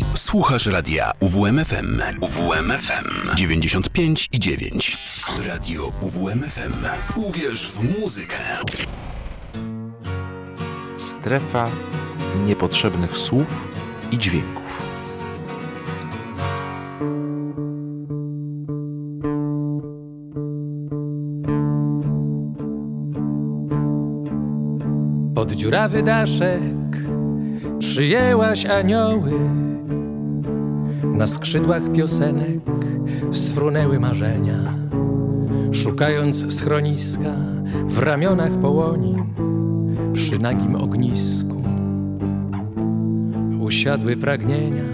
Słuchasz radia UWMFM. UWMFM 95,9. Radio UWMFM. Uwierz w muzykę. Strefa niepotrzebnych słów i dźwięków. Pod dziurawy daszek przyjęłaś anioły. Na skrzydłach piosenek sfrunęły marzenia. Szukając schroniska w ramionach połonin, przy nagim ognisku usiadły pragnienia.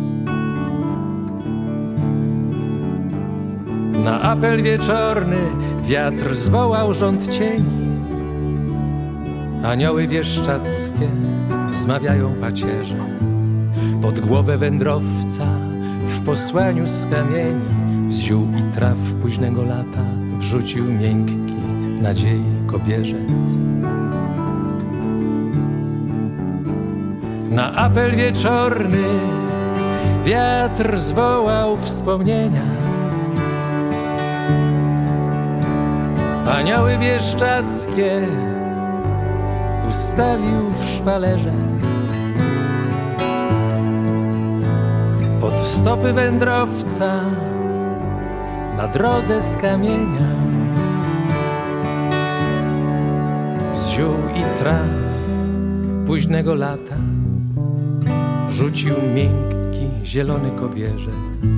Na apel wieczorny wiatr zwołał rząd cieni. Anioły bieszczackie zmawiają pacierze. Pod głowę wędrowca w posłaniu z kamieni, z ziół i traw późnego lata wrzucił miękki nadziei kobierzec. Na apel wieczorny wiatr zwołał wspomnienia. Anioły bieszczackie ustawił w szpalerze. Pod stopy wędrowca na drodze z kamienia, z ziół i traw późnego lata rzucił miękki, zielony kobierzec.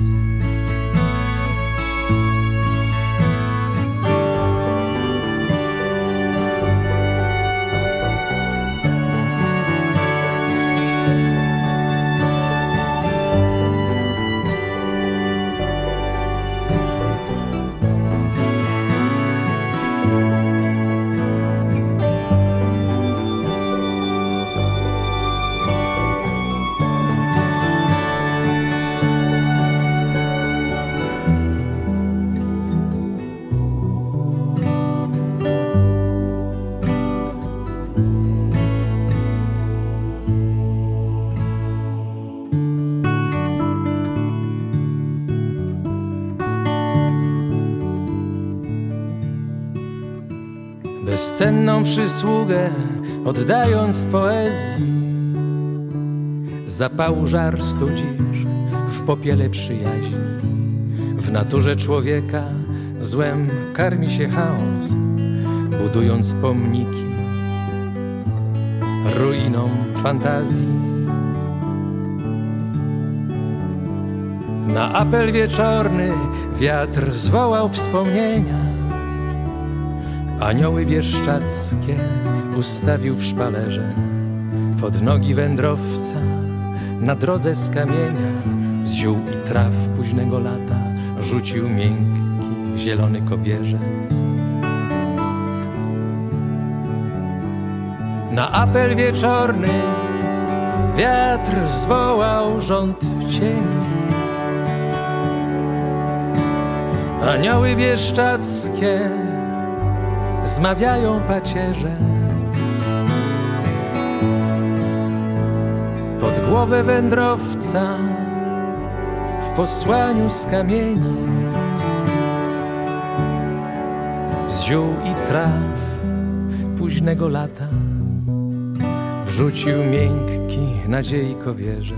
Bezcenną przysługę oddając poezji, zapału żar studzisz w popiele przyjaźni. W naturze człowieka złem karmi się chaos, budując pomniki ruinom fantazji. Na apel wieczorny wiatr zwołał wspomnienia. Anioły bieszczackie ustawił w szpalerze. Pod nogi wędrowca na drodze z kamienia, z ziół i traw późnego lata rzucił miękki, zielony kobierzec. Na apel wieczorny wiatr zwołał rząd cieni. Anioły bieszczackie zmawiają pacierze. Pod głowę wędrowca w posłaniu z kamieni, z ziół i traw późnego lata wrzucił miękki nadziei kobierzec.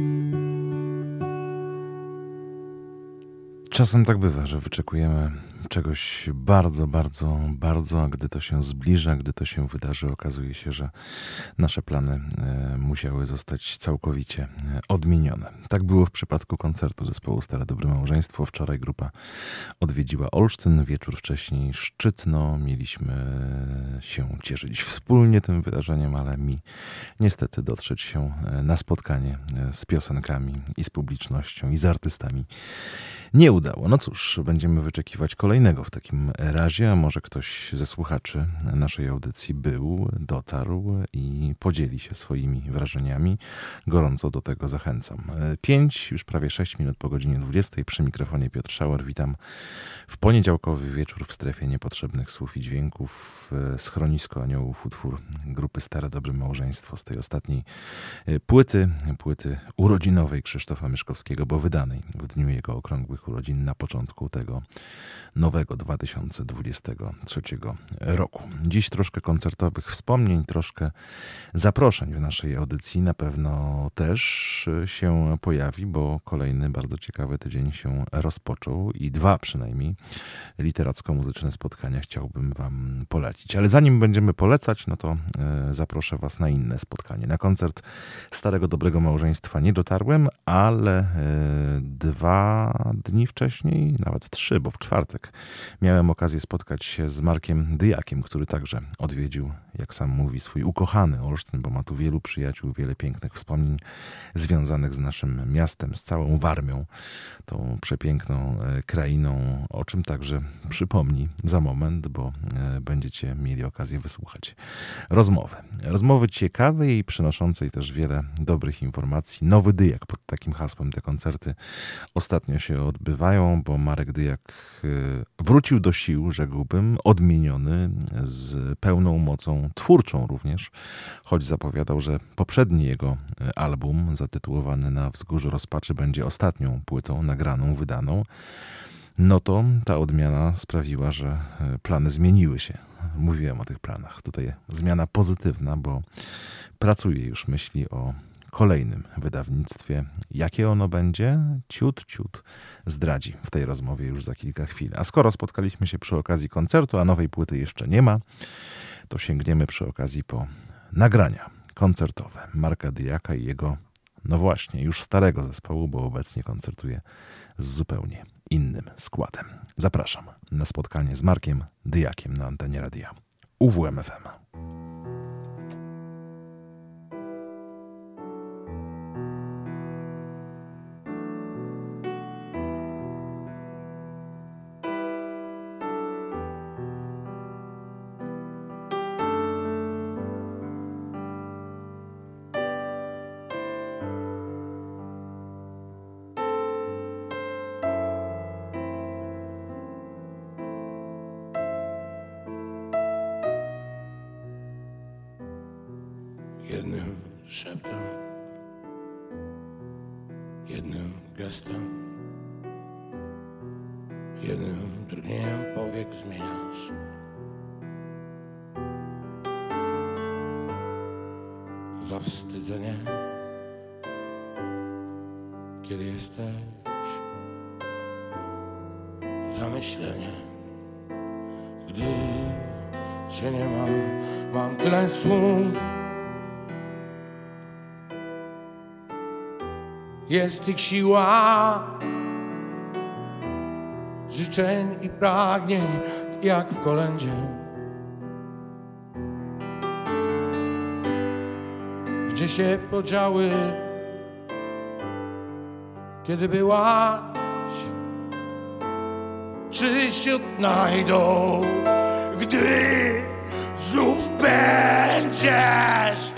Czasem tak bywa, że wyczekujemy czegoś bardzo, bardzo, bardzo, a gdy to się zbliża, gdy to się wydarzy, okazuje się, że nasze plany musiały zostać całkowicie odmienione. Tak było w przypadku koncertu zespołu Stare Dobre Małżeństwo. Wczoraj grupa odwiedziła Olsztyn, wieczór wcześniej Szczytno. Mieliśmy się cieszyć wspólnie tym wydarzeniem, ale mi niestety dotrzeć się na spotkanie z piosenkami i z publicznością i z artystami nie udało. No cóż, będziemy wyczekiwać kolejnego w takim razie, a może ktoś ze słuchaczy naszej audycji dotarł i podzieli się swoimi wrażeniami. Gorąco do tego zachęcam. 5, już prawie 6 minut po godzinie 20. Przy mikrofonie Piotr Szauer. Witam w poniedziałkowy wieczór w strefie niepotrzebnych słów i dźwięków. Schronisko Aniołów, utwór grupy Stare Dobre Małżeństwo z tej ostatniej płyty urodzinowej Krzysztofa Myszkowskiego, bo wydanej w dniu jego okrągłych urodzin na początku tego nowego 2023 roku. Dziś troszkę koncertowych wspomnień, troszkę zaproszeń w naszej audycji. Na pewno też się pojawi, bo kolejny bardzo ciekawy tydzień się rozpoczął i 2 przynajmniej literacko-muzyczne spotkania chciałbym wam polecić. Ale zanim będziemy polecać, no to zaproszę was na inne spotkanie. Na koncert Starego Dobrego Małżeństwa nie dotarłem, ale 2 dni wcześniej, nawet 3, bo w czwartek miałem okazję spotkać się z Markiem Dyjakiem, który także odwiedził, jak sam mówi, swój ukochany Olsztyn, bo ma tu wielu przyjaciół, wiele pięknych wspomnień związanych z naszym miastem, z całą Warmią, tą przepiękną krainą, o czym także przypomni za moment, bo będziecie mieli okazję wysłuchać rozmowy ciekawej i przynoszącej też wiele dobrych informacji. Nowy Dyjak, pod takim hasłem te koncerty ostatnio się odbywają, bo Marek Dyjak wrócił do sił, rzekłbym, odmieniony, z pełną mocą twórczą również, choć zapowiadał, że poprzedni jego album zatytułowany Na wzgórzu rozpaczy będzie ostatnią płytą nagraną, wydaną. No to ta odmiana sprawiła, że plany zmieniły się. Mówiłem o tych planach. Tutaj zmiana pozytywna, bo pracuje już, myśli o kolejnym wydawnictwie. Jakie ono będzie? Ciut zdradzi w tej rozmowie już za kilka chwil. A skoro spotkaliśmy się przy okazji koncertu, a nowej płyty jeszcze nie ma, to sięgniemy przy okazji po nagrania koncertowe Marka Dyjaka i jego, no właśnie, już starego zespołu, bo obecnie koncertuje z zupełnie innym składem. Zapraszam na spotkanie z Markiem Dyjakiem na antenie radia UWMFM. Jednym szeptem, jednym gestem, jednym drgnieniem powiek zmieniasz zawstydzenie, kiedy jesteś zamyślenie, gdy cię nie ma, mam tyle słów. Jest tych siła, życzeń i pragnień, jak w kolędzie. Gdzie się podziały, kiedy byłaś? Czy się odnajdą, gdy znów będziesz?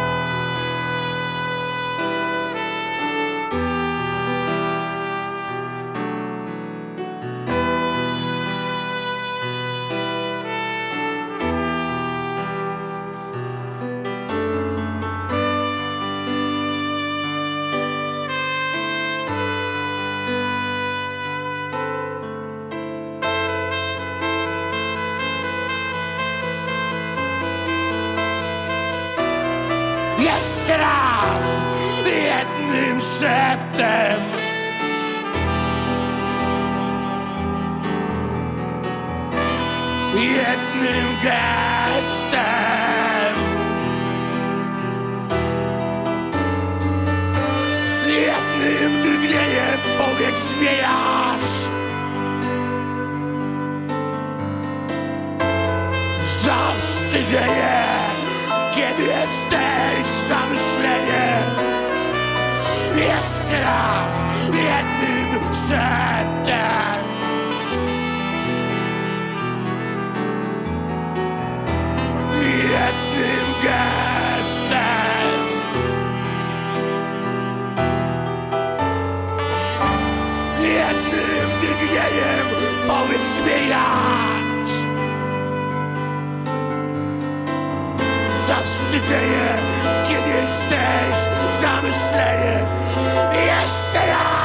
Jeszcze raz, jednym szeptem, jednym gestem, jednym drgnieniem powiek zmieniasz. Zawstydzenie, kiedy jesteś zamyślenie. Jeszcze raz, jednym szeptem. Jednym gestem. Jednym drgnieniem powiek zmieniać. Zawstydzenie, kiedy jesteś w zamyślenie. Jeszcze raz!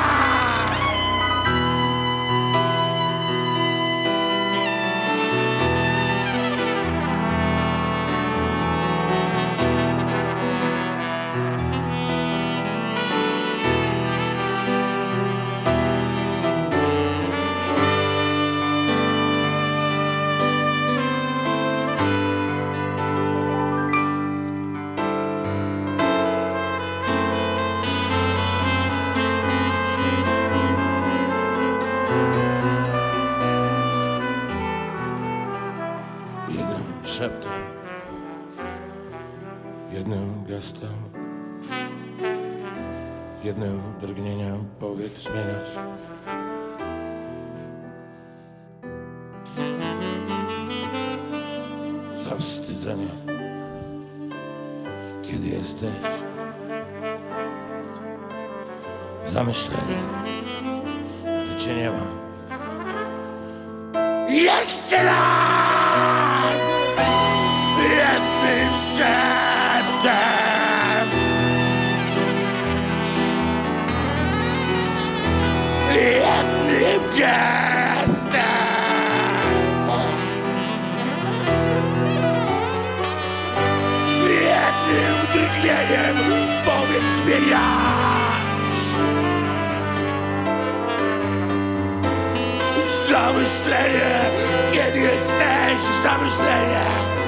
Szeptem, jednym gestem, jednym drgnieniem powiek zmieniasz. Zawstydzenie, kiedy jesteś zamyślenie, gdy cię nie ma. Jeszcze raz! Jednym szeptem, jednym gestem, jednym drgnieniem powiek zmieniasz. Zamyślenie, kiedy jesteś w zamyślenie.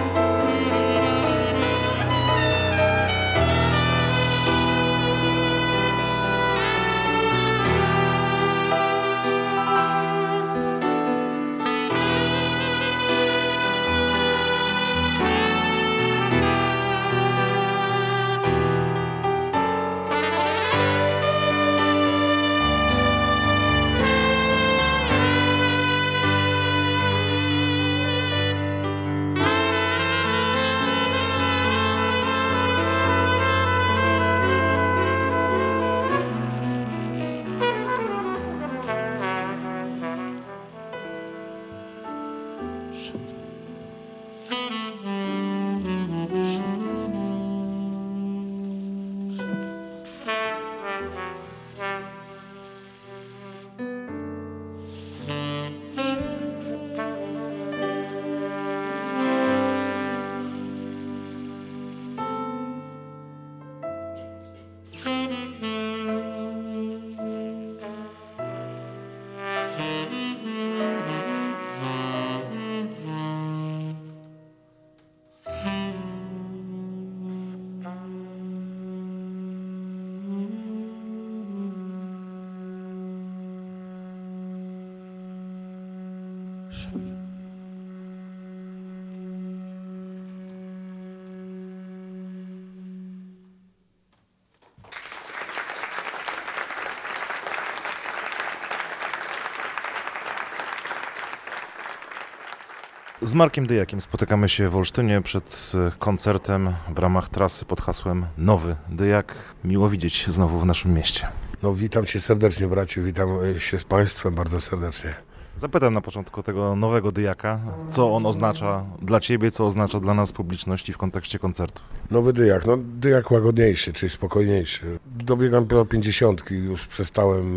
Z Markiem Dyjakiem spotykamy się w Olsztynie przed koncertem w ramach trasy pod hasłem Nowy Dyjak. Miło widzieć znowu w naszym mieście. No witam Cię serdecznie, braciu, witam się z Państwem bardzo serdecznie. Zapytam na początku tego nowego Dyjaka, co on oznacza dla Ciebie, co oznacza dla nas publiczności w kontekście koncertu. Nowy Dyjak, no Dyjak łagodniejszy, czyli spokojniejszy. Dobiegam do 50, już przestałem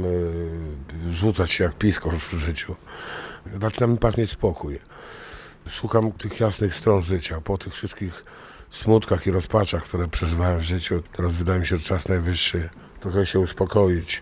rzucać się jak piskorz w życiu. Zaczyna mi pachnieć spokój. Szukam tych jasnych stron życia, po tych wszystkich smutkach i rozpaczach, które przeżywałem w życiu. Teraz wydaje mi się, że czas najwyższy trochę się uspokoić,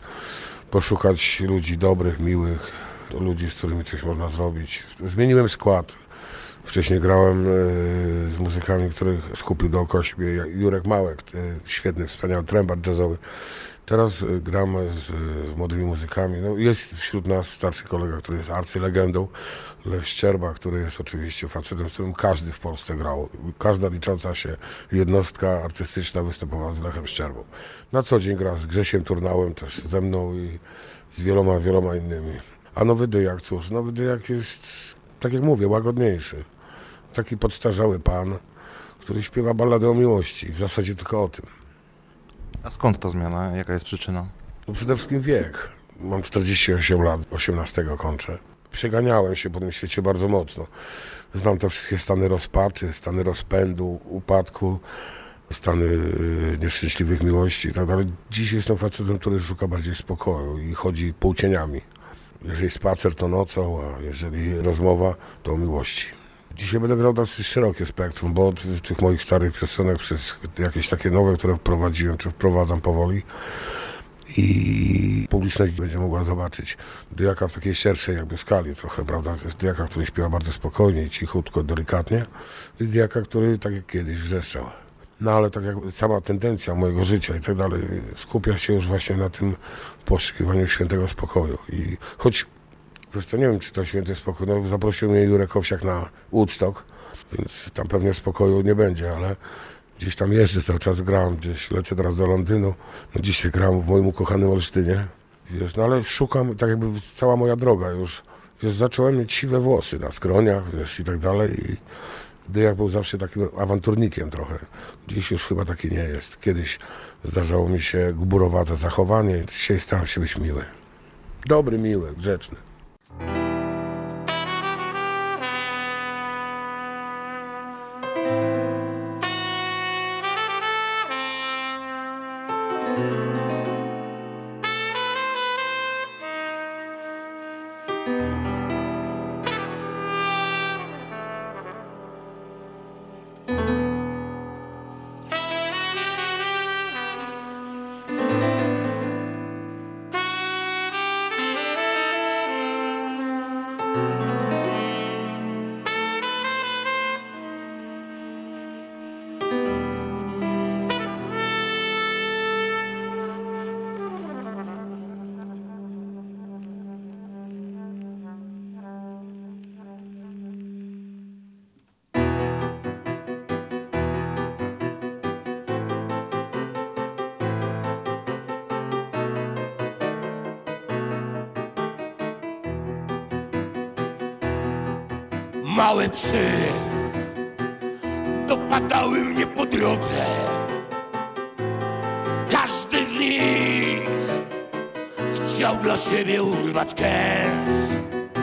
poszukać ludzi dobrych, miłych, ludzi, z którymi coś można zrobić. Zmieniłem skład, Wcześniej grałem z muzykami, których skupił dookoła siebie Jurek Małek, świetny, wspaniały trębacz jazzowy. Teraz gram z młodymi muzykami. No, jest wśród nas starszy kolega, który jest arcylegendą, Lech Szczerba, który jest oczywiście facetem, z którym każdy w Polsce grał. Każda licząca się jednostka artystyczna występowała z Lechem Szczerbą. Na co dzień gra z Grzesiem Turnałem, też ze mną i z wieloma innymi. A Nowy Dyjak, cóż, Nowy Dyjak jest, tak jak mówię, łagodniejszy. Taki podstarzały pan, który śpiewa balladę o miłości. W zasadzie tylko o tym. A skąd ta zmiana? Jaka jest przyczyna? No przede wszystkim wiek. Mam 48 lat, 18 kończę. Przeganiałem się po tym świecie bardzo mocno. Znam te wszystkie stany rozpaczy, stany rozpędu, upadku, stany nieszczęśliwych miłości i tak dalej. Dziś jestem facetem, który szuka bardziej spokoju i chodzi półcieniami. Jeżeli spacer, to nocą, a jeżeli rozmowa, to o miłości. Dzisiaj będę grał dosyć szerokie spektrum, bo od tych moich starych piosenek przez jakieś takie nowe, które wprowadziłem, czy wprowadzam powoli i publiczność będzie mogła zobaczyć Dyjaka w takiej szerszej jakby skali trochę, prawda? To jest Dyjaka, który śpiewa bardzo spokojnie, cichutko, delikatnie i Dyjaka, który tak jak kiedyś wrzeszczał. No ale tak jak sama tendencja mojego życia i tak dalej skupia się już właśnie na tym poszukiwaniu świętego spokoju i choć wiesz co, nie wiem, czy to święty spokój. No, zaprosił mnie Jurek Owsiak na Woodstock, więc tam pewnie spokoju nie będzie, ale gdzieś tam jeżdżę cały czas, gram, gdzieś lecę teraz do Londynu. No dzisiaj gram w moim ukochanym Olsztynie, wiesz, no ale szukam, tak jakby cała moja droga już, wiesz, zacząłem mieć siwe włosy na skroniach, wiesz, i tak dalej i Dyjak był zawsze takim awanturnikiem trochę. Dziś już chyba taki nie jest. Kiedyś zdarzało mi się gburowate zachowanie, dzisiaj staram się być miły. Dobry, miły, grzeczny. Małe psy dopadały mnie po drodze. Każdy z nich chciał dla siebie urwać kęs.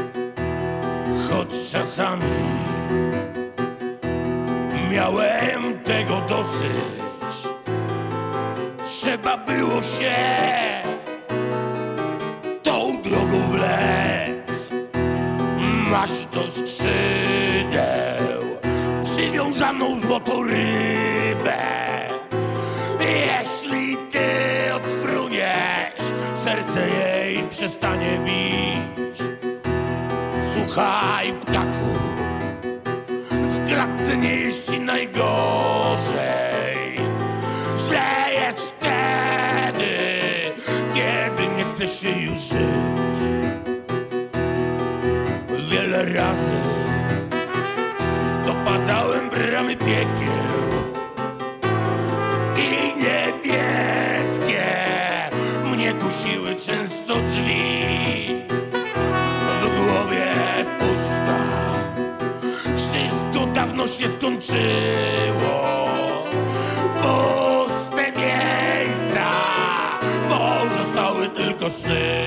Choć czasami miałem tego dosyć. Trzeba było się tą drogą wlec. Masz do skrzydeł przywiązaną złotą rybę. Jeśli ty odfruniesz, serce jej przestanie bić. Słuchaj, ptaku, w klatce nie jest ci najgorzej. Źle jest wtedy, kiedy nie chce się już żyć. Wiele razy dopadałem bramy piekieł i niebieskie mnie kusiły często drzwi. W głowie pustka, wszystko dawno się skończyło. Puste miejsca, pozostały tylko sny.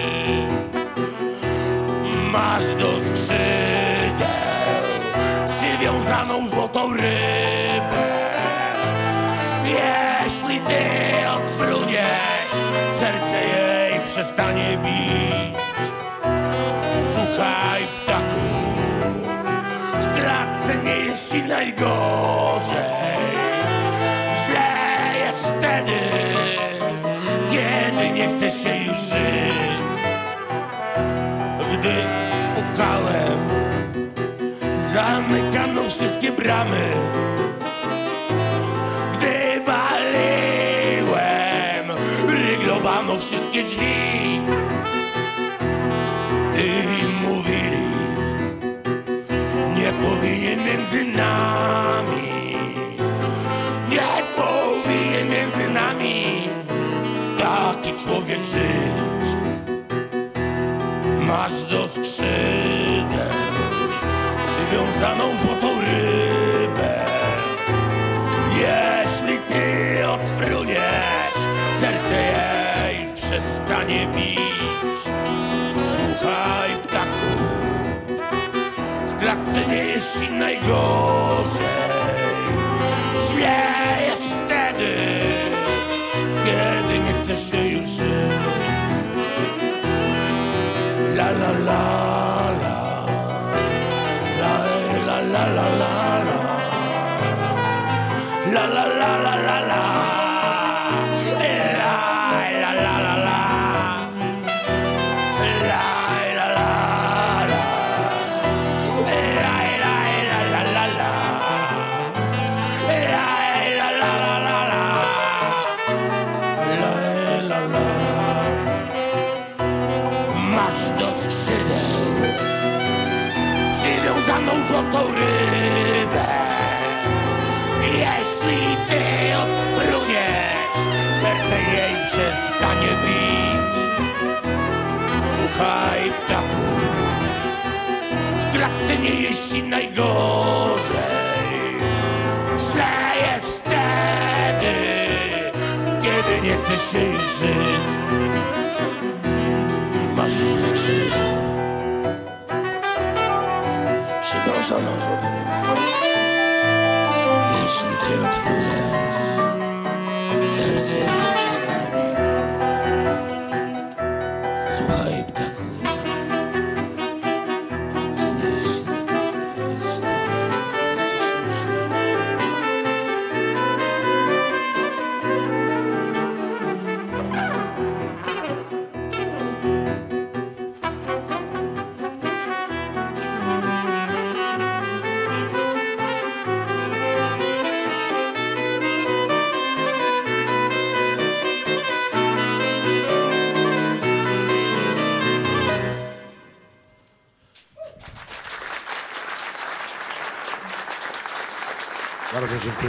Masz do skrzydeł przywiązaną złotą rybę. Jeśli ty odfruniesz, serce jej przestanie bić. Słuchaj, ptaku, w klatce nie jest ci najgorzej. Źle jest wtedy, kiedy nie chce się już żyć. Gdy pukałem zamykaną wszystkie bramy. Gdy waliłem, ryglowano wszystkie drzwi i mówili, nie powinien między nami, nie powinien między nami taki człowiek żyć. Masz do skrzydeł przywiązaną złotą rybę. Jeśli ty odfruniesz, serce jej przestanie bić. Słuchaj, ptaku, w klatce nie jest ci najgorzej. Źle jest wtedy, kiedy nie chcesz się już żyć. La la la la, la la la la la, la la la la la la, la la la la la, la la la la, la la la la la, la la la la la, la la la. Masz do skrzydeł przywiązaną złotą rybę. Jeśli ty odfruniesz, serce jej przestanie bić. Słuchaj, ptaku, w klatce nie jest ci najgorzej. Źle jest wtedy, kiedy nie chcesz się już żyć. Masz do skrzydeł przywiązaną złotą rybę. Jeśli ty odfruniesz, serce jej przestanie bić. Słuchaj, ptaku, co nie jest ci Bardzo dziękuję.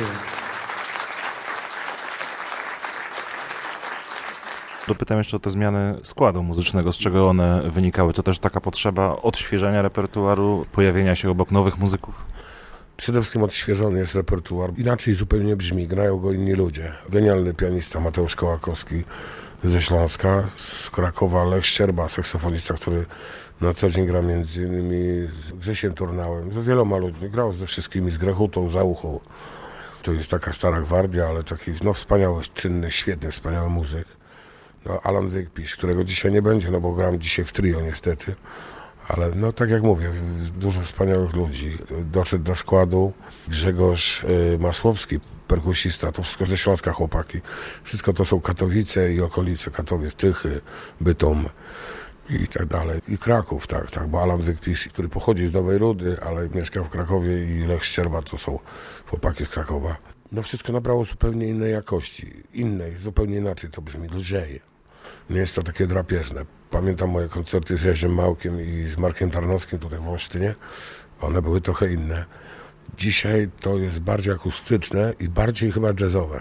Dopytam jeszcze o te zmiany składu muzycznego, z czego one wynikały. To też taka potrzeba odświeżenia repertuaru, pojawienia się obok nowych muzyków? Przede wszystkim odświeżony jest repertuar. Inaczej zupełnie brzmi, grają go inni ludzie. Genialny pianista Mateusz Kołakowski ze Śląska, z Krakowa Lech Szczerba, saksofonista, który na co dzień gra między innymi z Grzesiem Turnałem, z wieloma ludźmi. Grał ze wszystkimi, z Grechutą, Zauchą. To jest taka stara gwardia, ale taki wspaniały, czynny, świetny, wspaniały muzyk. No, Alan Wykpisz, którego dzisiaj nie będzie, no bo gram dzisiaj w trio niestety. Ale no tak jak mówię, dużo wspaniałych ludzi. Doszedł do składu Grzegorz Masłowski, perkusista, to wszystko ze Śląska chłopaki. Wszystko to są Katowice i okolice Katowic, Tychy, Bytom i tak dalej. I Kraków, tak, bo Alan Wykpisz, który pochodzi z Nowej Rudy, ale mieszka w Krakowie, i Lech Szczerba to są chłopaki z Krakowa. No wszystko nabrało zupełnie innej jakości, zupełnie inaczej to brzmi, lżej. Nie jest to takie drapieżne. Pamiętam moje koncerty z Jerzym Małkiem i z Markiem Tarnowskim tutaj w Olsztynie. One były trochę inne. Dzisiaj to jest bardziej akustyczne i bardziej chyba jazzowe.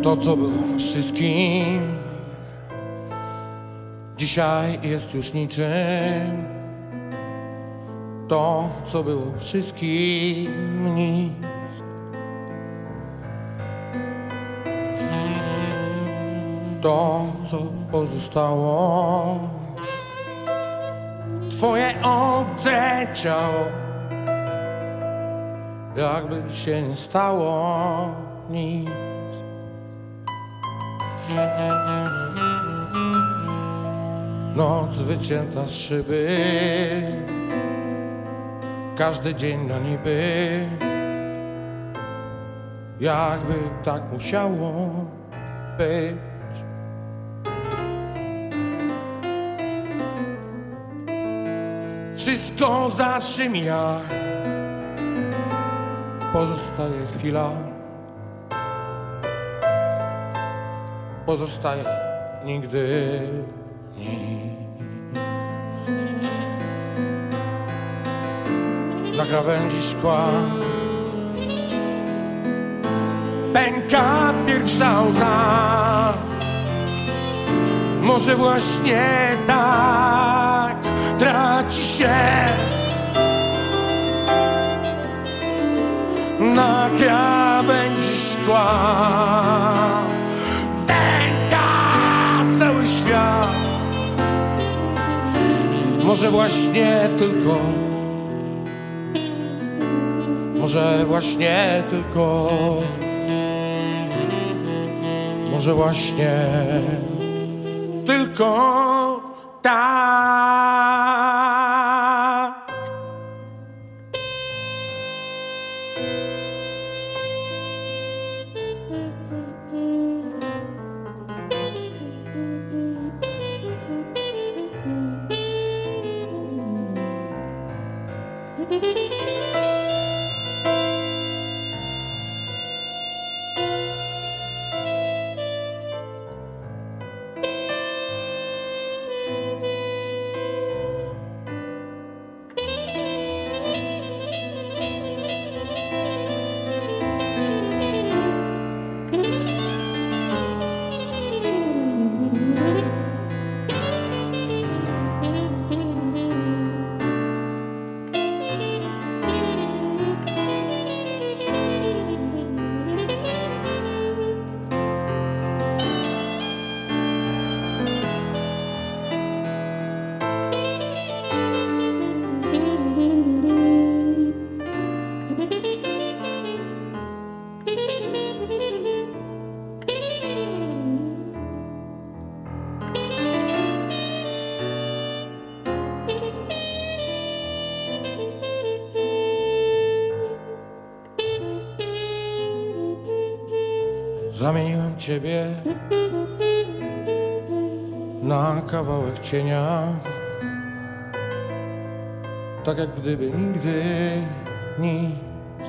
To, co było wszystkim, dzisiaj jest już niczym. To, co było wszystkim, nic. To, co pozostało, twoje obce ciało, jakby się nie stało nic. Noc wycięta z szyby, każdy dzień na niby, jakby tak musiało być. Wszystko zawsze mija, pozostaje chwila, pozostaje nigdy nic. Na krawędzi szkła pęka pierwsza łza. Może właśnie tak traci się na krawędzi szkła. Pęka cały świat. Może właśnie tylko, może właśnie tylko, może właśnie tylko tak. Zamieniłem ciebie na kawałek cienia, tak jak gdyby nigdy nic.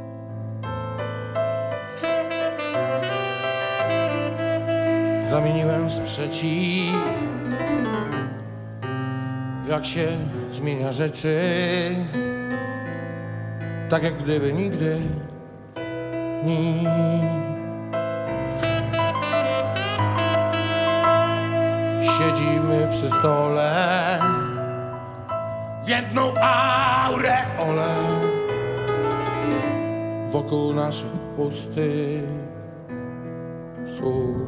Zamieniłem sprzeciw, jak się zmienia rzeczy, tak jak gdyby nigdy nic. Siedzimy przy stole w jedną aureolę, wokół naszych pustych słów.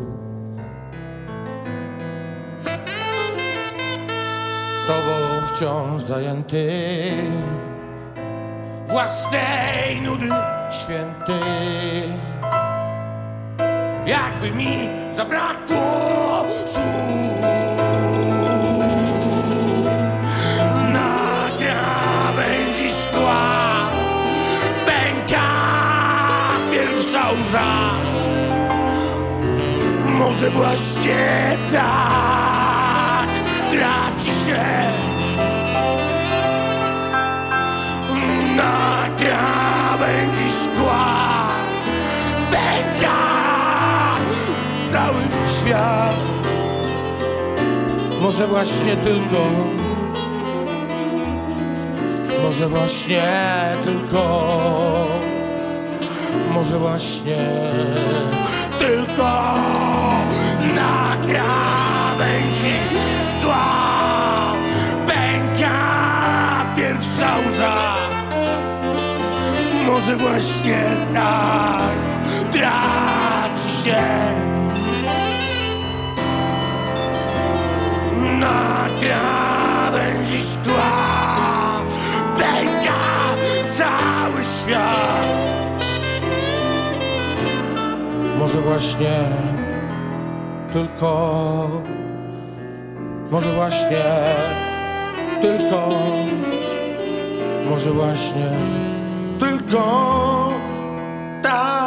Tobą wciąż zajęty, własnej nudy święty, jakby mi zabrakło słów. Na krawędzi szkła pęka pierwsza łza. Może właśnie tak traci się na krawędzi szkła. Pęka cały świat. Może właśnie tylko, może właśnie tylko, Może właśnie tylko na krawędzi szkła pęka pierwsza łza. Może właśnie tak traci się na krawędzi szkła pęka cały świat. Może właśnie tylko, może właśnie tylko, może właśnie tylko tak.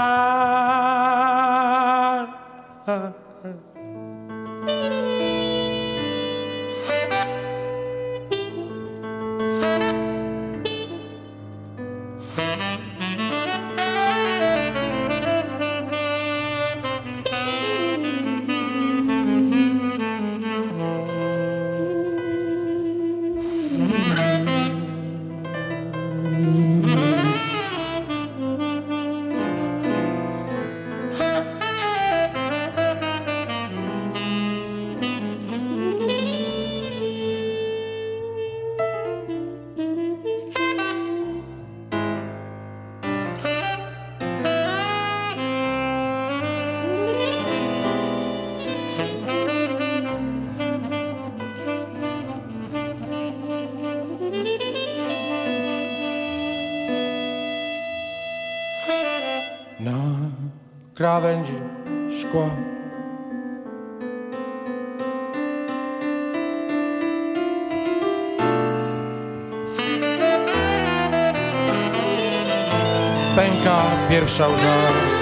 Na krawędzi szkła pęka pierwsza łza.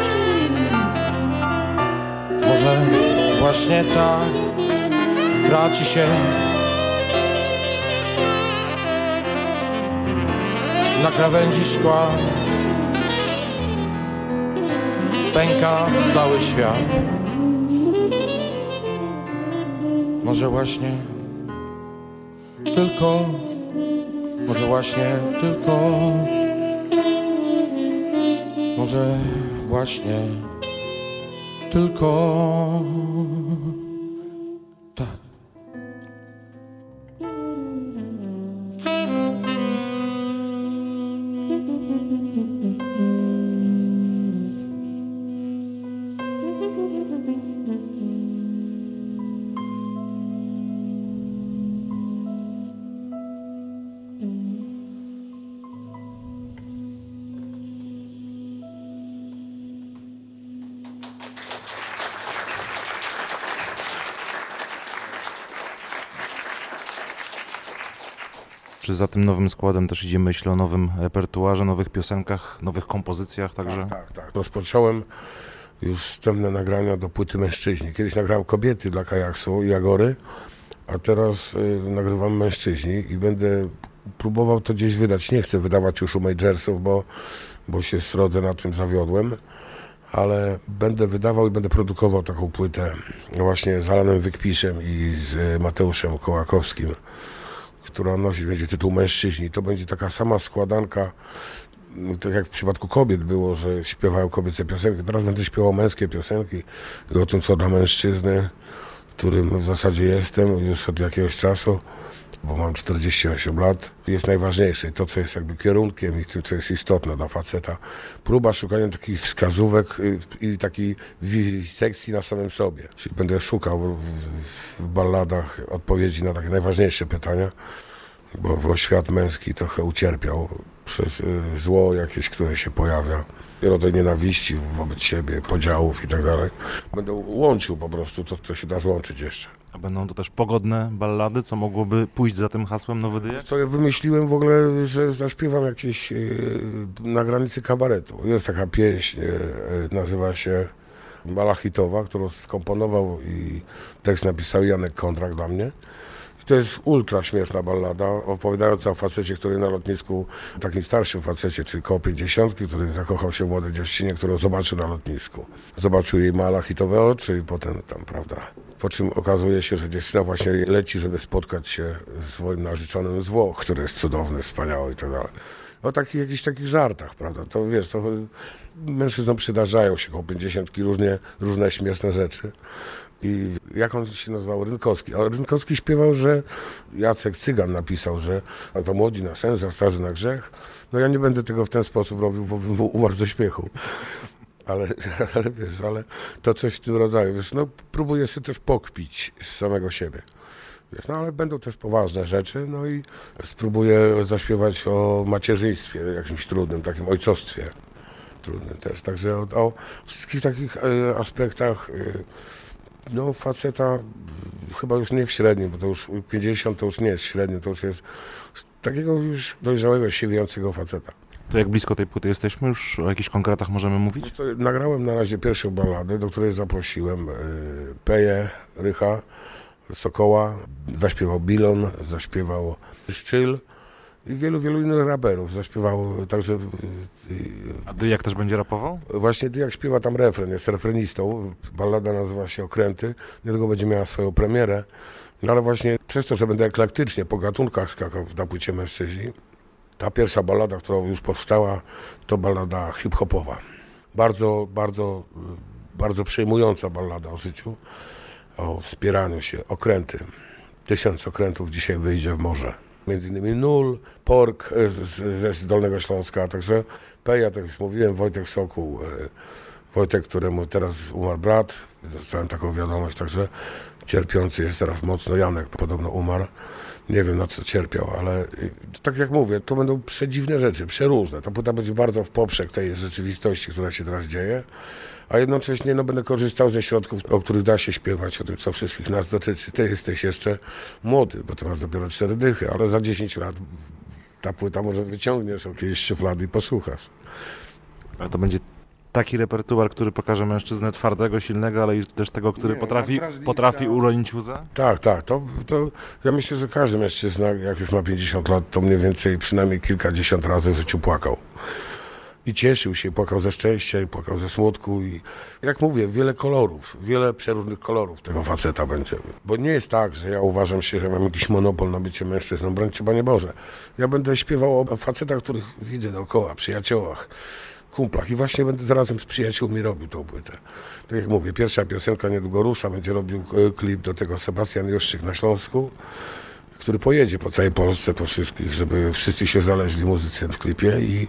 Może właśnie tak traci się na krawędzi szkła pęka cały świat. Może właśnie tylko, może właśnie tylko, może właśnie tylko tak. Czy za tym nowym składem też idzie myśl o nowym repertuarze, nowych piosenkach, nowych kompozycjach także? Tak. Rozpocząłem już wstępne nagrania do płyty Mężczyźni. Kiedyś nagrałem Kobiety dla Kajaksu i Agory, a teraz nagrywam Mężczyźni i będę próbował to gdzieś wydać. Nie chcę wydawać już u majorsów, bo się srodzę na tym, zawiodłem, ale będę wydawał i będę produkował taką płytę właśnie z Alanem Wykpiszem i z Mateuszem Kołakowskim, która nosić będzie tytuł Mężczyźni. To będzie taka sama składanka, tak jak w przypadku kobiet było, że śpiewają kobiece piosenki. Teraz będę śpiewał męskie piosenki i o tym, co dla mężczyzny, którym w zasadzie jestem już od jakiegoś czasu, bo mam 48 lat, jest najważniejsze. To, co jest jakby kierunkiem i tym, co jest istotne dla faceta. Próba szukania takich wskazówek i takiej sekcji na samym sobie. Czyli będę szukał w balladach odpowiedzi na takie najważniejsze pytania, bo świat męski trochę ucierpiał przez zło jakieś, które się pojawia. Rodzaj nienawiści wobec siebie, podziałów i tak dalej. Będę łączył po prostu to, co się da złączyć jeszcze. A będą to też pogodne ballady, co mogłoby pójść za tym hasłem Nowy Dyjak? Co ja wymyśliłem w ogóle, że zaśpiewam jakieś na granicy kabaretu. Jest taka pieśń, nazywa się Malachitowa, którą skomponował i tekst napisał Janek Kądrak dla mnie. To jest ultra śmieszna ballada, opowiadająca o facecie, który na lotnisku, takim starszym facecie, czyli koło 50, który zakochał się w młodej dziewczynie, którą zobaczył na lotnisku. Zobaczył jej malachitowe oczy i potem tam, prawda. Po czym okazuje się, że dziewczyna właśnie leci, żeby spotkać się z swoim narzeczonym z Włoch, który jest cudowny, wspaniały i tak dalej. O jakichś takich żartach, prawda. To wiesz, to mężczyznom przydarzają się koło 50 różne śmieszne rzeczy. I jak on się nazywał? Rynkowski. A Rynkowski śpiewał, że Jacek Cygan napisał, że a to młodzi na sens, a starzy na grzech. No ja nie będę tego w ten sposób robił, bo bym umarł ze śmiechu. Ale wiesz, ale to coś w tym rodzaju. Wiesz, no próbuję się też pokpić z samego siebie. Wiesz, no ale będą też poważne rzeczy, no i spróbuję zaśpiewać o macierzyństwie jakimś trudnym, takim ojcostwie trudnym też. Także o wszystkich takich aspektach no faceta chyba już nie w średnim, bo to już 50 to już nie jest średnim, to już jest takiego już dojrzałego, siwiejącego faceta. To jak blisko tej płyty jesteśmy? Już o jakichś konkretach możemy mówić? To nagrałem na razie pierwszą balladę, do której zaprosiłem Peję, Rycha, Sokoła, zaśpiewał Bilon, zaśpiewał Szczyl i wielu innych raperów zaśpiewało, także... A Dyjak też będzie rapował? Właśnie Dyjak śpiewa tam refren, jest refrenistą, ballada nazywa się Okręty, niedługo będzie miała swoją premierę, no ale właśnie przez to, że będę eklektycznie po gatunkach skakał na płycie Mężczyźni, ta pierwsza ballada, która już powstała, to ballada hip-hopowa. Bardzo przejmująca ballada o życiu, o wspieraniu się, okręty. 1000 okrętów dzisiaj wyjdzie w morze. Między innymi Nul, Pork z Dolnego Śląska, także Peja, tak już mówiłem, Wojtek Sokół, Wojtek, któremu teraz umarł brat, dostałem taką wiadomość, także cierpiący jest teraz mocno, Janek podobno umarł. Nie wiem, na co cierpiał, ale tak jak mówię, to będą przedziwne rzeczy, przeróżne. Ta płyta będzie bardzo w poprzek tej rzeczywistości, która się teraz dzieje, a jednocześnie no, będę korzystał ze środków, o których da się śpiewać, o tym, co wszystkich nas dotyczy. Ty jesteś jeszcze młody, bo ty masz dopiero 4 dychy, ale za 10 lat ta płyta może wyciągniesz jakieś szuflady i posłuchasz. Ale to będzie taki repertuar, który pokaże mężczyznę twardego, silnego, ale i też tego, który potrafi uronić łzę? Tak. To ja myślę, że każdy mężczyzna, jak już ma 50 lat, to mniej więcej przynajmniej kilkadziesiąt razy w życiu płakał. I cieszył się, płakał ze szczęścia, i płakał ze smutku. I jak mówię, wiele kolorów, wiele przeróżnych kolorów tego faceta będzie. Bo nie jest tak, że ja uważam się, że mam jakiś monopol na bycie mężczyzną. Broń Panie Boże. Ja będę śpiewał o facetach, których widzę dookoła, przyjaciołach, kumplach. I właśnie będę razem z przyjaciółmi robił tą płytę. Tak jak mówię, pierwsza piosenka niedługo rusza, będzie robił klip do tego Sebastian Juszczyk na Śląsku, który pojedzie po całej Polsce, po wszystkich, żeby wszyscy się znaleźli muzycy w klipie i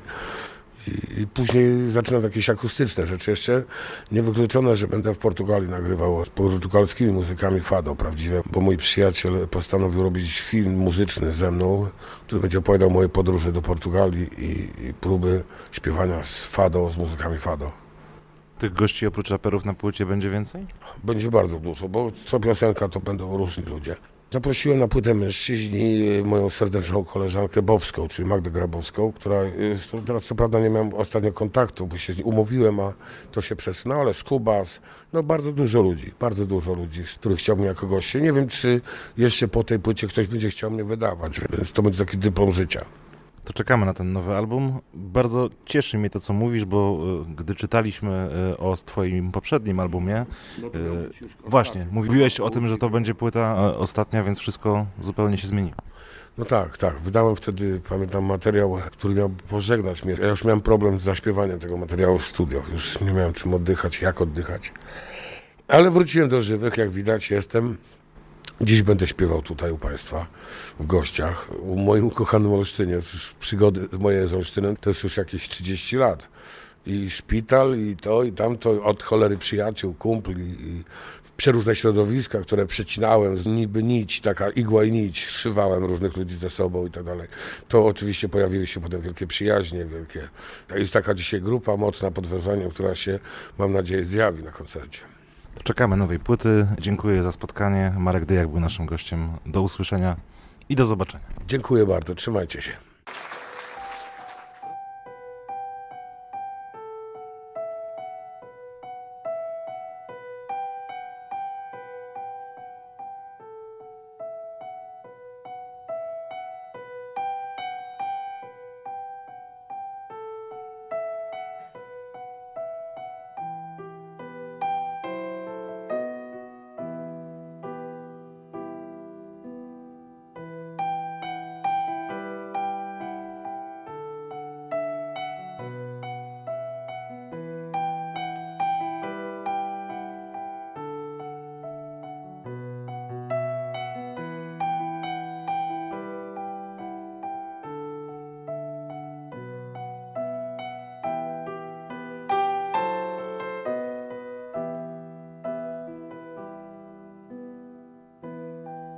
później zaczynam jakieś akustyczne rzeczy. Jeszcze niewykluczone, że będę w Portugalii nagrywał z portugalskimi muzykami fado prawdziwe, bo mój przyjaciel postanowił robić film muzyczny ze mną, który będzie opowiadał moje podróże do Portugalii i próby śpiewania z fado, z muzykami fado. Tych gości oprócz raperów na płycie będzie więcej? Będzie bardzo dużo, bo co piosenka to będą różni ludzie. Zaprosiłem na płytę Mężczyźni moją serdeczną koleżankę Bowską, czyli Magdę Grabowską, która teraz co prawda nie miałem ostatnio kontaktu, bo się umówiłem, a to się przesunęło, ale Skubas, no bardzo dużo ludzi, z których chciałbym jako goście. Nie wiem, czy jeszcze po tej płycie ktoś będzie chciał mnie wydawać, więc to będzie taki dyplom życia. To czekamy na ten nowy album. Bardzo cieszy mnie to, co mówisz, bo gdy czytaliśmy o twoim poprzednim albumie, właśnie, mówiłeś o tym, że to będzie płyta ostatnia, więc wszystko zupełnie się zmieniło. No tak. Wydałem wtedy, pamiętam, materiał, który miał pożegnać mnie. Ja już miałem problem z zaśpiewaniem tego materiału w studio. Już nie miałem czym oddychać, jak oddychać. Ale wróciłem do żywych, jak widać jestem. Dziś będę śpiewał tutaj u Państwa w gościach, u moim ukochanym Olsztynie. Już przygody moje z Olsztynem to jest już jakieś 30 lat. I szpital, i to, i tamto, od cholery przyjaciół, kumpli, i przeróżne środowiska, które przecinałem, niby nić, taka igła i nić, szywałem różnych ludzi ze sobą i tak dalej. To oczywiście pojawiły się potem wielkie przyjaźnie, wielkie. Jest taka dzisiaj grupa mocna pod wrażeniem, która się, mam nadzieję, zjawi na koncercie. Czekamy nowej płyty. Dziękuję za spotkanie. Marek Dyjak był naszym gościem. Do usłyszenia i do zobaczenia. Dziękuję bardzo. Trzymajcie się.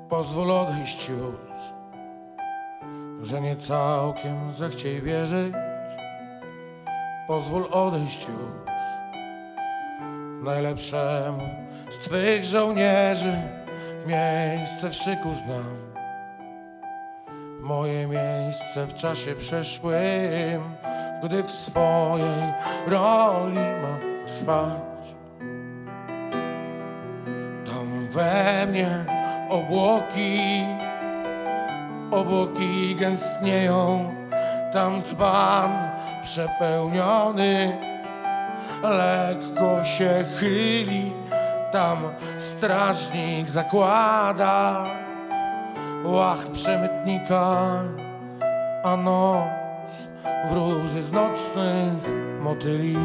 Pozwól odejść już, że nie całkiem zechciej wierzyć. Pozwól odejść już najlepszemu z Twych żołnierzy. Miejsce w szyku znam, moje miejsce w czasie przeszłym, gdy w swojej roli ma trwać. Tam we mnie obłoki gęstnieją, tam dzban przepełniony lekko się chyli, tam strażnik zakłada łach przemytnika, a noc wróży z nocnych motyli.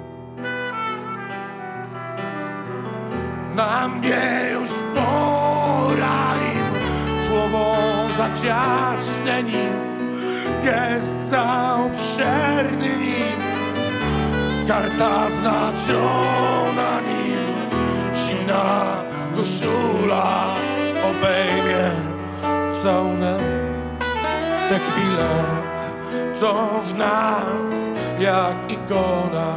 Na mnie już pora nim, słowo za ciasne nim, gest za obszerny nim, karta znaczona nim. Zimna koszula obejmie całunem te chwile, co w nas jak ikona.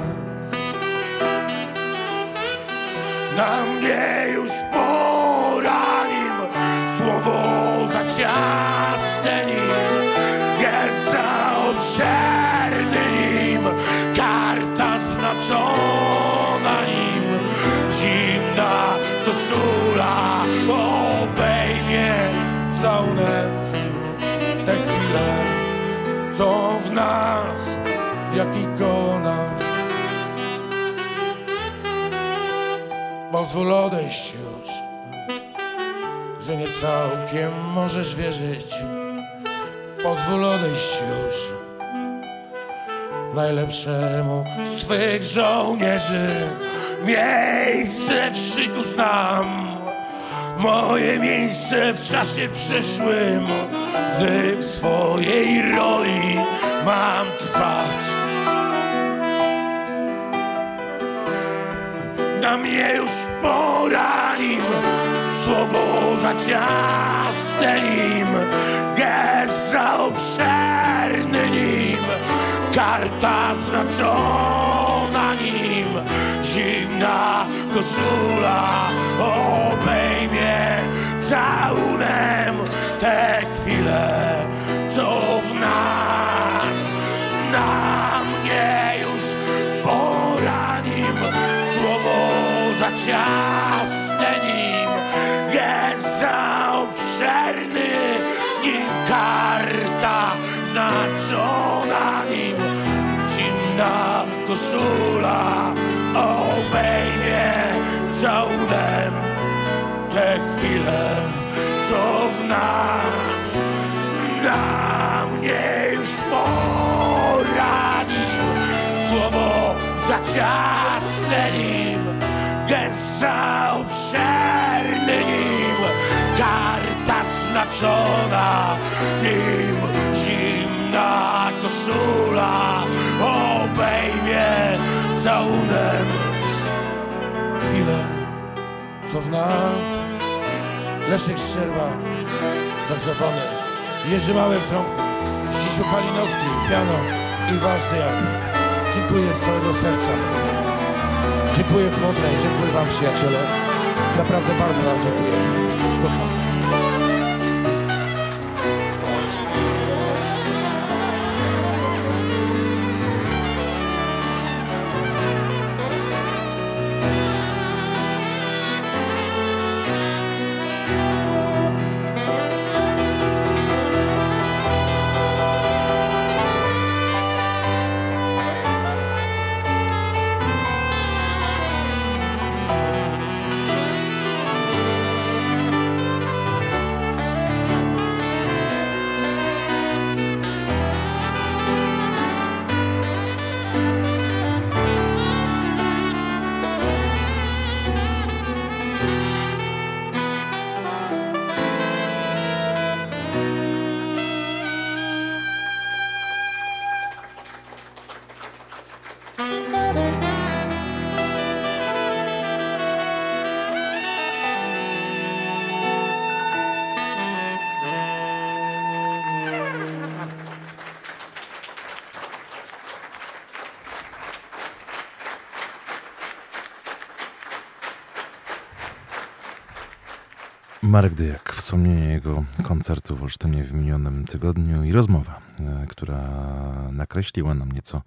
Na mnie już pora nim, słowo za ciasne nim, gest za obszerny nim, karta znaczona nim. Zimna koszula obejmie całunem te chwile, co w nas jak ikona. Pozwól odejść już, że nie całkiem możesz wierzyć. Pozwól odejść już najlepszemu z Twych żołnierzy. Miejsce w szyku znam, moje miejsce w czasie przeszłym, gdy w swojej roli mam trwać. Na mnie już pora nim, słowo za ciasne nim, gest za obszerny nim, karta znaczona nim. Zimna koszula obejmie całunem te chwile, co w nas. Na mnie już pora nim, słowo za ciasne nim, gest za obszerny nim, karta znaczona nim. Zimna koszula obejmie całunem te chwile, co w nas. Na mnie już pora nim, słowo za ciasne nim, gest za obszerny nim, karta znaczona nim. Zimna koszula obejmie całunem chwilę, co w nas. Leszek Szczerba, saksofony, Jerzy Mały trąbki, Zdzisiu Kalinowski, piano i Wazdiak. Dziękuję z całego serca. Dziękuję Chłodnej, dziękuję wam przyjaciele. Naprawdę bardzo wam dziękuję. Kocham. Marek Dyjak, wspomnienie jego koncertu w Olsztynie w minionym tygodniu i rozmowa, która nakreśliła nam nieco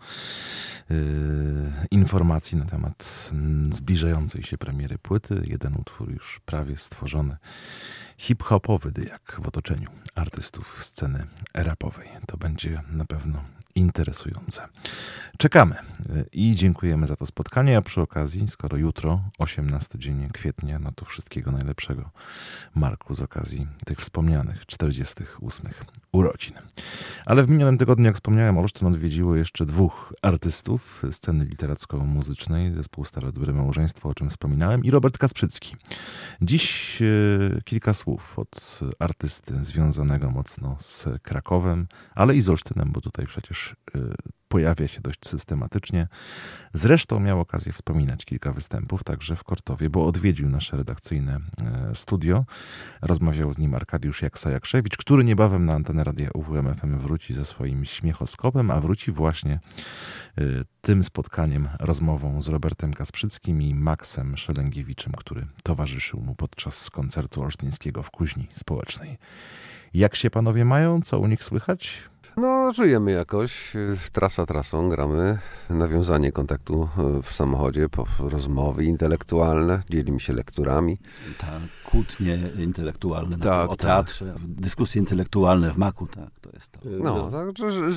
informacji na temat zbliżającej się premiery płyty. Jeden utwór już prawie stworzony. Hip-hopowy Dyjak w otoczeniu artystów sceny rapowej. To będzie na pewno interesujące. Czekamy i dziękujemy za to spotkanie, a przy okazji, skoro jutro, 18 dzień kwietnia, no to wszystkiego najlepszego, Marku, z okazji tych wspomnianych 48 urodzin. Ale w minionym tygodniu, jak wspomniałem, Olsztyn odwiedziło jeszcze 2 artystów sceny literacko-muzycznej, zespół Stare Dobre Małżeństwo, o czym wspominałem, i Robert Kasprzycki. Dziś kilka słów od artysty związanego mocno z Krakowem, ale i z Olsztynem, bo tutaj przecież pojawia się dość systematycznie. Zresztą miał okazję wspominać kilka występów, także w Kortowie, bo odwiedził nasze redakcyjne studio. Rozmawiał z nim Arkadiusz Jaksa-Jakrzewicz, który niebawem na antenę radia UWM FM wróci ze swoim śmiechoskopem, a wróci właśnie tym spotkaniem, rozmową z Robertem Kasprzyckim i Maxem Szelęgiewiczem, który towarzyszył mu podczas koncertu olsztyńskiego w Kuźni Społecznej. Jak się panowie mają? Co u nich słychać? No, żyjemy jakoś, trasa trasą, gramy, nawiązanie kontaktu w samochodzie, rozmowy intelektualne, dzielimy się lekturami. Tak, kłótnie intelektualne tak, o teatrze, dyskusje intelektualne w Maku, tak, to jest to. No, tak,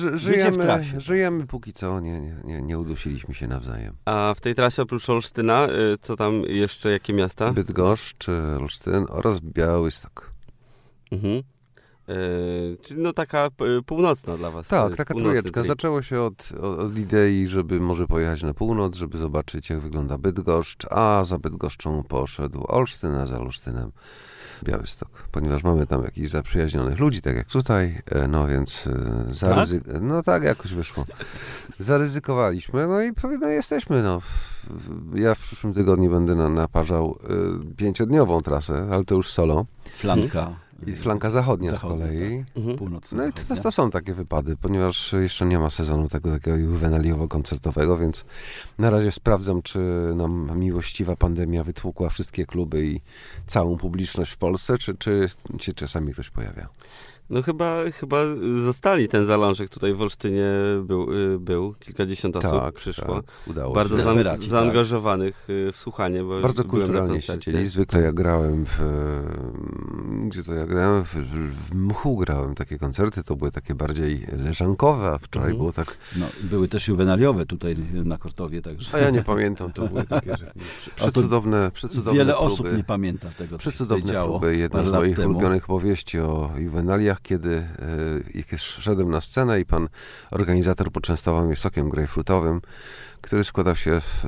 żyjemy póki co, nie udusiliśmy się nawzajem. A w tej trasie oprócz Olsztyna, co tam jeszcze, jakie miasta? Bydgoszcz, Olsztyn oraz Białystok. Mhm. Czyli no taka północna dla was. Tak, taka trójeczka. Zaczęło się od idei, żeby może pojechać na północ, żeby zobaczyć, jak wygląda Bydgoszcz, a za Bydgoszczą poszedł Olsztyn, a za Olsztynem Białystok. Ponieważ mamy tam jakichś zaprzyjaźnionych ludzi, tak jak tutaj, no więc no tak jakoś wyszło. Zaryzykowaliśmy, no i jesteśmy, no. Ja w przyszłym tygodniu będę naparzał 5-dniową trasę, ale to już solo. Flanka. I flanka zachodnia z kolei. Tak. Północna. No i to są takie wypady, ponieważ jeszcze nie ma sezonu tego takiego juwenaliowo-koncertowego, więc na razie sprawdzam, czy nam miłościwa pandemia wytłukła wszystkie kluby i całą publiczność w Polsce, czy czasami ktoś pojawia. No chyba zostali ten zalążek tutaj w Olsztynie był kilkadziesiąt osób przyszło. Tak, udało bardzo się. zaangażowanych w słuchanie, bo bardzo kulturalnie siedzieli. Zwykle ja grałem w Mchu grałem takie koncerty, to były takie bardziej leżankowe, a wczoraj było tak... No, były też juwenaliowe tutaj na Kortowie, także... A ja nie pamiętam, to były takie, że przecudowne wiele próby. Osób nie pamięta tego, co się działo. Jedna z moich ulubionych powieści o juwenaliach, kiedy szedłem na scenę i pan organizator poczęstował mnie sokiem grejpfrutowym, który składał się w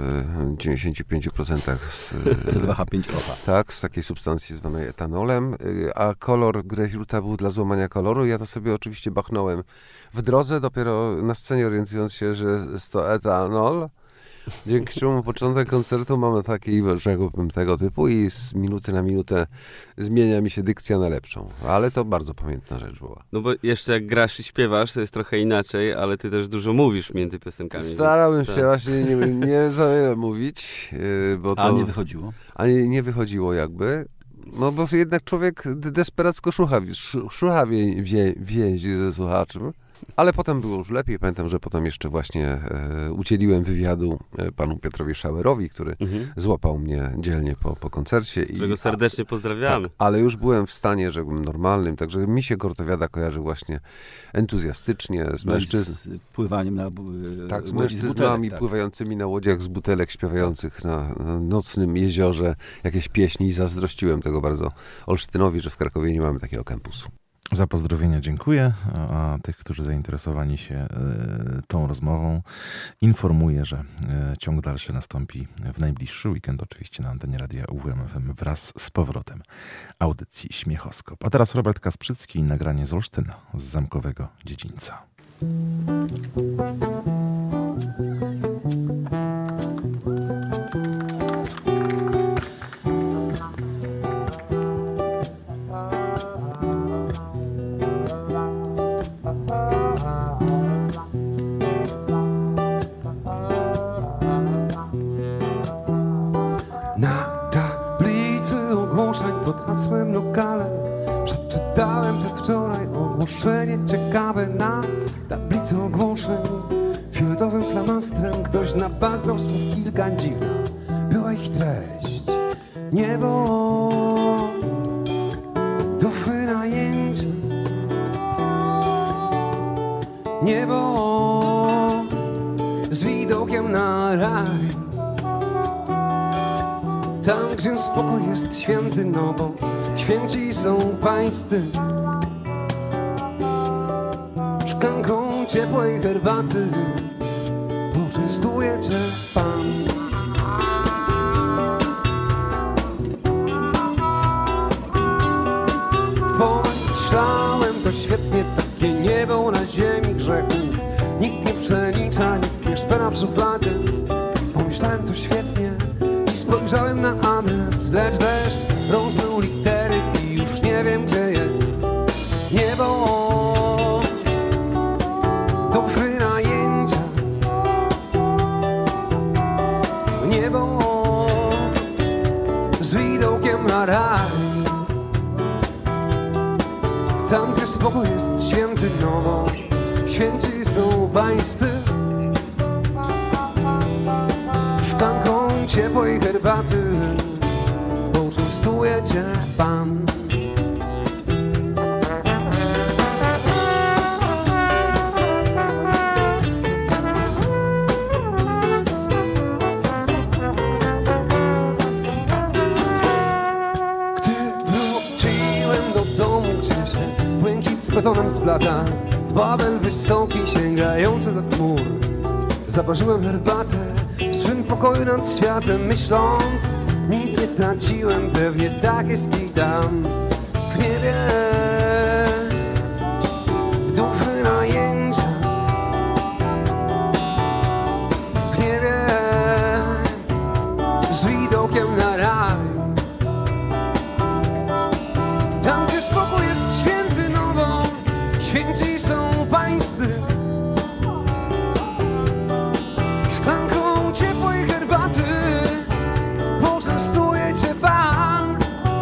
95% z C2H5OH. Tak, z takiej substancji zwanej etanolem, a kolor grejpfruta był dla złamania koloru. Ja to sobie oczywiście bachnąłem w drodze, dopiero na scenie orientując się, że jest to etanol. Dzięki czemu początek koncertu mamy taki, rzekłbym, tego typu i z minuty na minutę zmienia mi się dykcja na lepszą. Ale to bardzo pamiętna rzecz była. No bo jeszcze jak grasz i śpiewasz, to jest trochę inaczej, ale ty też dużo mówisz między piosenkami. Starałem się właśnie nie za wiele mówić, bo to... A nie wychodziło? A nie wychodziło jakby. No bo jednak człowiek desperacko szucha więzi ze słuchaczem. Ale potem było już lepiej. Pamiętam, że potem jeszcze właśnie udzieliłem wywiadu panu Piotrowi Schauerowi, który złapał mnie dzielnie po koncercie. Którego serdecznie pozdrawiamy. Tak, ale już byłem w stanie, rzekłbym, normalnym, także mi się Kortowiada kojarzy właśnie entuzjastycznie z mężczyzn. Z pływaniem na tak, z mężczyznami pływającymi na łodziach z butelek, śpiewających na nocnym jeziorze jakieś pieśni i zazdrościłem tego bardzo Olsztynowi, że w Krakowie nie mamy takiego kampusu. Za pozdrowienia dziękuję, a tych, którzy zainteresowani się tą rozmową, informuję, że ciąg dalszy nastąpi w najbliższy weekend, oczywiście na antenie radia UWM FM wraz z powrotem audycji Śmiechoskop. A teraz Robert Kasprzycki i nagranie z Olsztyna, z Zamkowego Dziedzińca. Na tablicy ogłoszeń pod hasłem lokale. Przeczytałem przedwczoraj ogłoszenie ciekawe na tablicy ogłoszeń. Fioletowym flamastrem ktoś napazał słów kilka dziwna. Była ich treść. Niebo do wynajęcia. Niebo z widokiem na raj. Tam, gdzie spokój jest święty, no bo święci są pańscy. Szklanką ciepłej herbaty poczęstuje cię Pan. Pomyślałem, to świetnie, takie niebo na ziemi grzechów. Nikt nie przelicza, nikt nie szpera w szufladzie. Pomyślałem, to świetnie i spojrzałem na adres, lecz deszcz rozmył litery i już nie wiem, gdzie jest niebo do wynajęcia. Niebo z widokiem na raj. Tam, gdzie spokój jest święty, no bo święci są pańscy. Szklanką ciepłej herbaty poczęstuje cię Pan. Z betonem splata, Babel wysoki sięgający do chmur. Zaparzyłem herbatę w swym pokoju nad światem, myśląc, nic nie straciłem, pewnie tak jest i tam w niebie do wynajęcia. W niebie z widokiem na raj. Tam, gdzie spokój jest święty, no bo święci są pańscy. Szklanką ciepłej herbaty poczęstuje cię Pan.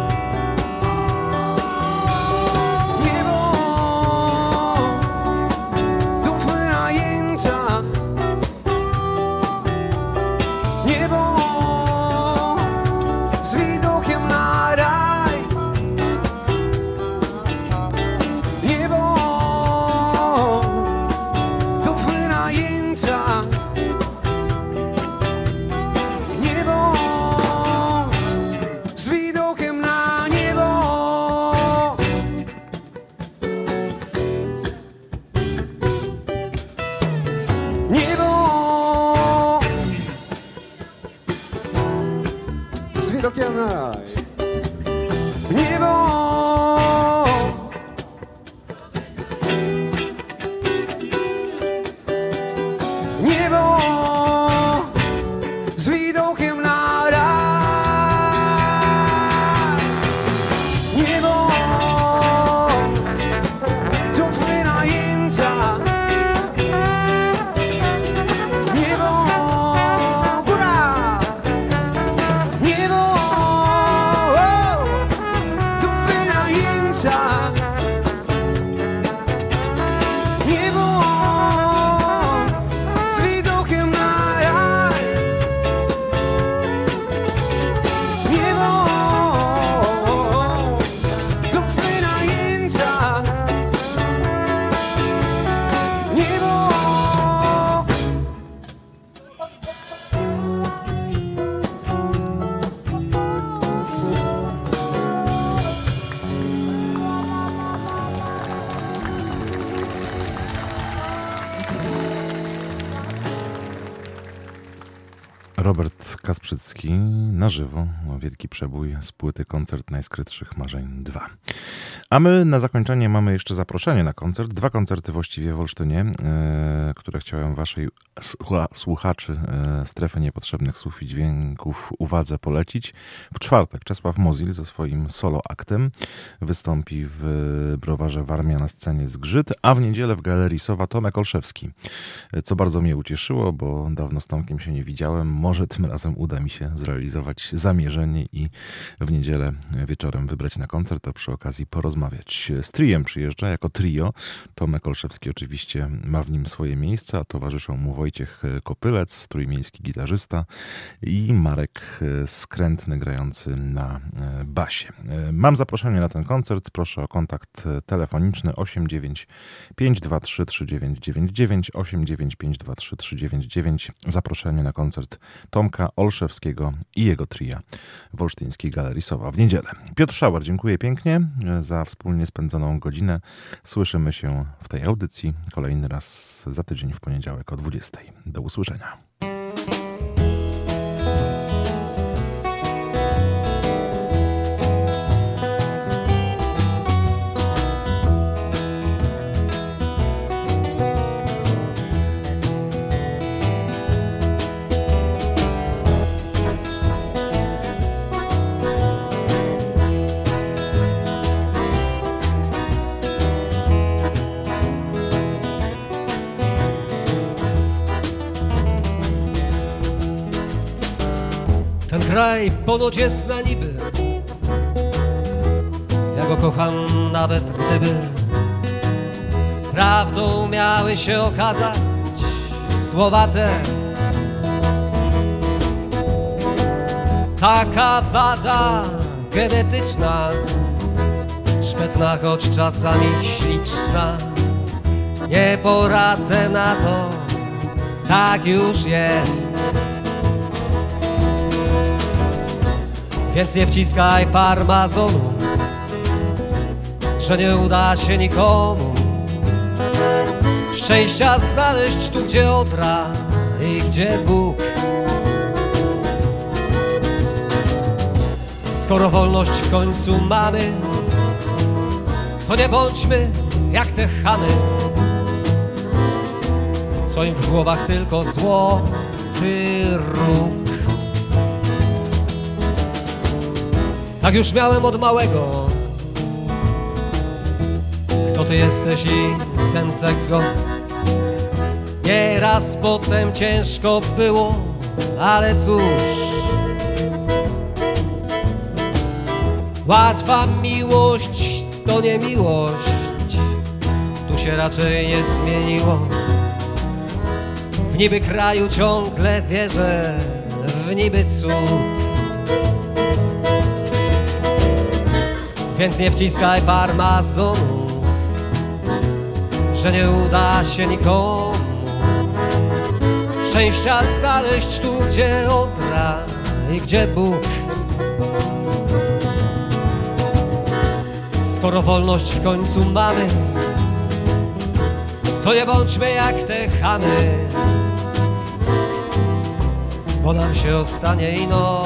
Niebo do wynajęcia. Niebo z widokiem na raj. Niebo do wynajęcia. Niebo z widokiem na niebo. Niebo z widokiem na raj. Niebo niebo z widokiem na raj. Niebo do wynajęcia. Niebo góra. Niebo do wynajęcia. Niebo z widokiem na raj. Niebo do wynajęcia. Niebo Robert Kasprzycki na żywo, wielki przebój z płyty Koncert Najskrytszych Marzeń 2. A my na zakończenie mamy jeszcze zaproszenie na koncert. 2 koncerty właściwie w Olsztynie, które chciałem waszej słuchaczy Strefy Niepotrzebnych Słów i Dźwięków uwadze polecić. W czwartek Czesław Mozil ze swoim solo aktem wystąpi w Browarze Warmia na scenie Zgrzyt, a w niedzielę w Galerii Sowa Tomek Olszewski. Co bardzo mnie ucieszyło, bo dawno z Tomkiem się nie widziałem. Może tym razem razem uda mi się zrealizować zamierzenie i w niedzielę wieczorem wybrać na koncert, a przy okazji porozmawiać. Z triem przyjeżdża jako trio. Tomek Olszewski oczywiście ma w nim swoje miejsce, a towarzyszą mu Wojciech Kopylec, trójmiejski gitarzysta, i Marek Skrętny grający na basie. Mam zaproszenie na ten koncert. Proszę o kontakt telefoniczny 89523 3999 89523 3999. Zaproszenie na koncert Tomka Olszewskiego i jego tria w Olsztyńskiej Galerii Sowa w niedzielę. Piotr Szauer, dziękuję pięknie za wspólnie spędzoną godzinę. Słyszymy się w tej audycji kolejny raz za tydzień w poniedziałek o 20:00. Do usłyszenia. Ten kraj ponoć jest na niby, ja go kocham nawet gdyby prawdą miały się okazać słowa te. Taka wada genetyczna, szpetna, choć czasami śliczna. Nie poradzę na to, tak już jest. Więc nie wciskaj farmazonu, że nie uda się nikomu szczęścia znaleźć tu, gdzie Odra i gdzie Bóg. Skoro wolność w końcu mamy, to nie bądźmy jak te chamy, co im w głowach tylko złoty róg. Tak już miałem od małego. Kto ty jesteś i ten tego? Nieraz potem ciężko było, ale cóż, łatwa miłość to nie miłość, tu się raczej nie zmieniło. W niby kraju ciągle wierzę, w niby cud. Więc nie wciskaj farmazonów, że nie uda się nikomu szczęścia znaleźć tu, gdzie Odra i gdzie Bóg. Skoro wolność w końcu mamy, to nie bądźmy jak te chamy, bo nam się ostanie ino.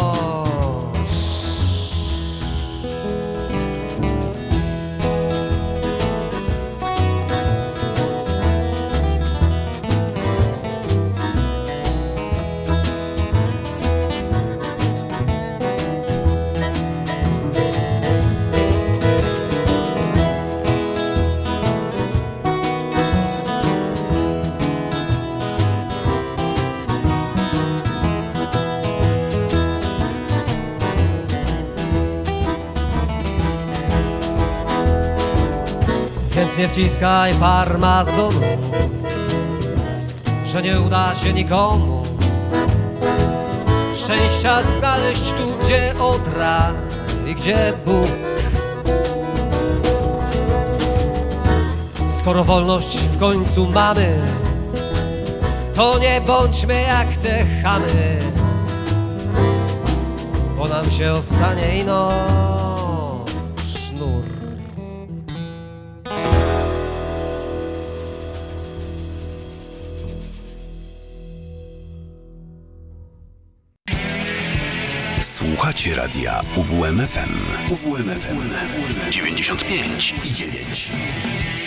Więc nie wciskaj farmazonu, że nie uda się nikomu szczęścia znaleźć tu, gdzie Odra i gdzie Bóg. Skoro wolność w końcu mamy, to nie bądźmy jak te chamy, bo nam się ostanie ino sznur. Słuchacie radia UWMFM. UWMFM 95,9.